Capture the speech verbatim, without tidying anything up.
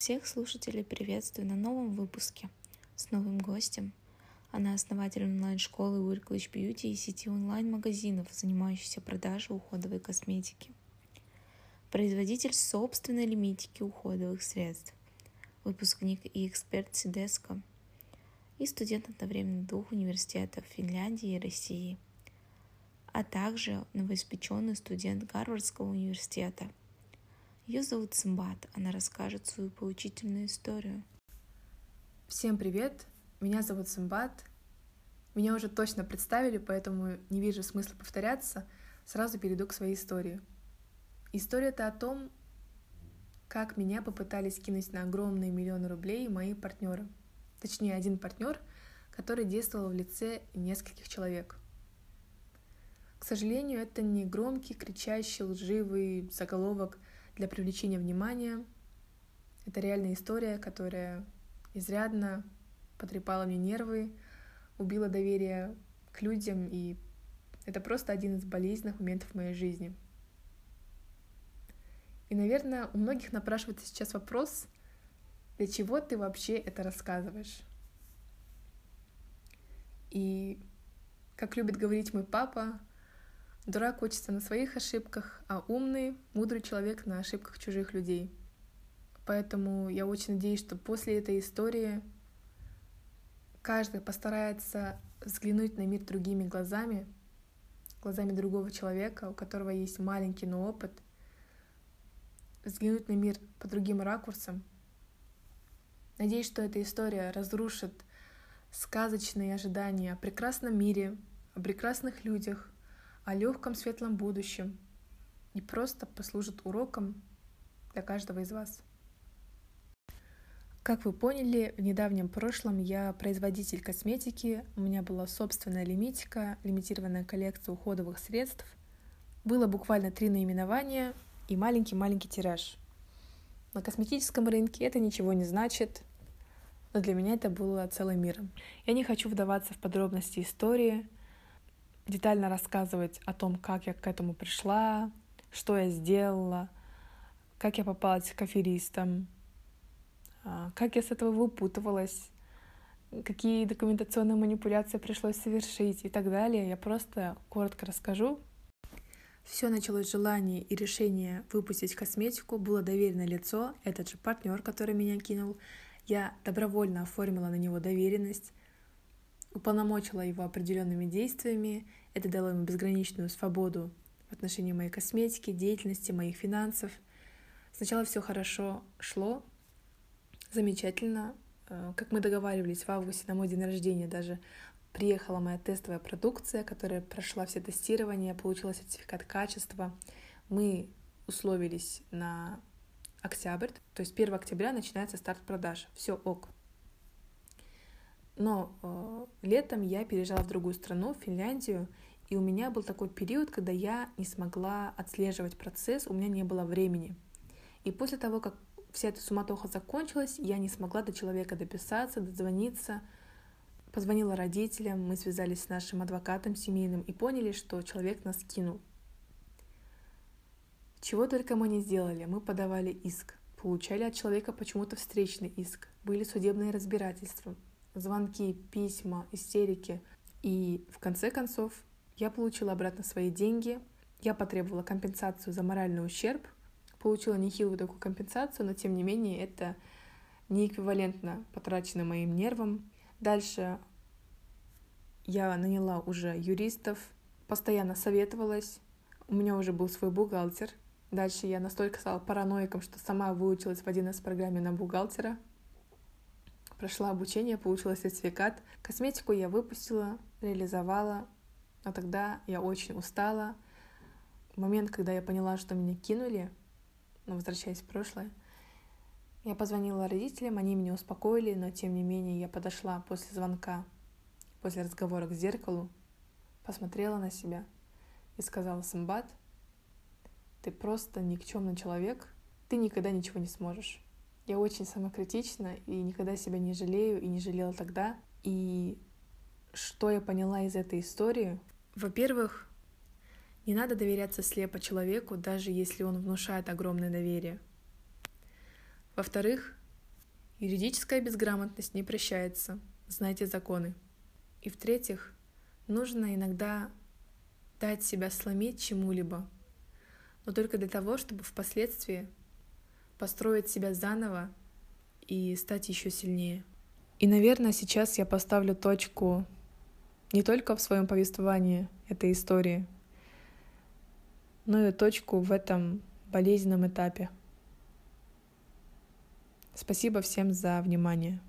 Всех слушателей приветствую на новом выпуске с новым гостем. Она основатель онлайн-школы Wearklish Beauty и сети онлайн-магазинов, занимающейся продажей уходовой косметики. Производитель собственной лимитики уходовых средств, выпускник и эксперт Сидеско и студент одновременно двух университетов Финляндии и России, а также новоиспеченный студент Гарвардского университета. Ее зовут Сымбат, она расскажет свою поучительную историю. Всем привет, меня зовут Сымбат. Меня уже точно представили, поэтому не вижу смысла повторяться, сразу перейду к своей истории. История-то о том, как меня попытались кинуть на огромные миллионы рублей мои партнеры. Точнее, один партнер, который действовал в лице нескольких человек. К сожалению, это не громкий, кричащий, лживый заголовок для привлечения внимания. Это реальная история, которая изрядно потрепала мне нервы, убила доверие к людям, и это просто один из болезненных моментов в моей жизни. И, наверное, у многих напрашивается сейчас вопрос, для чего ты вообще это рассказываешь? И, как любит говорить мой папа, дурак учится на своих ошибках, а умный, мудрый человек на ошибках чужих людей. Поэтому я очень надеюсь, что после этой истории каждый постарается взглянуть на мир другими глазами, глазами другого человека, у которого есть маленький, но опыт, взглянуть на мир по другим ракурсам. Надеюсь, что эта история разрушит сказочные ожидания о прекрасном мире, о прекрасных людях, о легком светлом будущем и просто послужит уроком для каждого из вас. Как вы поняли, в недавнем прошлом я производитель косметики, у меня была собственная лимитика, лимитированная коллекция уходовых средств. Было буквально три наименования и маленький-маленький тираж. На косметическом рынке это ничего не значит, но для меня это было целым миром. Я не хочу вдаваться в подробности истории, детально рассказывать о том, как я к этому пришла, что я сделала, как я попалась к аферистам, как я с этого выпутывалась, какие документационные манипуляции пришлось совершить и так далее. Я просто коротко расскажу. Все началось с желания и решения выпустить косметику, было доверенное лицо, этот же партнер, который меня кинул. Я добровольно оформила на него доверенность, уполномочила его определенными действиями. Это дало ему безграничную свободу в отношении моей косметики, деятельности, моих финансов. Сначала все хорошо шло, замечательно. Как мы договаривались, в августе на мой день рождения даже приехала моя тестовая продукция, которая прошла все тестирования, получила сертификат качества. Мы условились на октябрь, то есть первого октября начинается старт продаж. Все ок. Но э, летом я переезжала в другую страну, в Финляндию, и у меня был такой период, когда я не смогла отслеживать процесс, у меня не было времени. И после того, как вся эта суматоха закончилась, я не смогла до человека дописаться, дозвониться. Позвонила родителям, мы связались с нашим адвокатом семейным и поняли, что человек нас кинул. Чего только мы не сделали. Мы подавали иск, получали от человека почему-то встречный иск, были судебные разбирательства, звонки, письма, истерики. И в конце концов я получила обратно свои деньги, я потребовала компенсацию за моральный ущерб, получила нехилую такую компенсацию, но тем не менее это не эквивалентно потраченным моим нервам. Дальше я наняла уже юристов, постоянно советовалась, у меня уже был свой бухгалтер. Дальше я настолько стала параноиком, что сама выучилась в один эс программе на бухгалтера. Прошла обучение, получила сертификат. Косметику я выпустила, реализовала, но тогда я очень устала. В момент, когда я поняла, что меня кинули, но возвращаясь в прошлое, я позвонила родителям, они меня успокоили, но тем не менее я подошла после звонка, после разговора к зеркалу, посмотрела на себя и сказала: Сымбат, ты просто никчемный человек, ты никогда ничего не сможешь. Я очень самокритична и никогда себя не жалею и не жалела тогда. И что я поняла из этой истории? Во-первых, не надо доверяться слепо человеку, даже если он внушает огромное доверие. Во-вторых, Юридическая безграмотность не прощается. Знайте законы. И в-третьих, нужно иногда дать себя сломить чему-либо, но только для того, чтобы впоследствии построить себя заново и стать еще сильнее. И, наверное, сейчас я поставлю точку не только в своем повествовании этой истории, но и точку в этом болезненном этапе. Спасибо всем за внимание.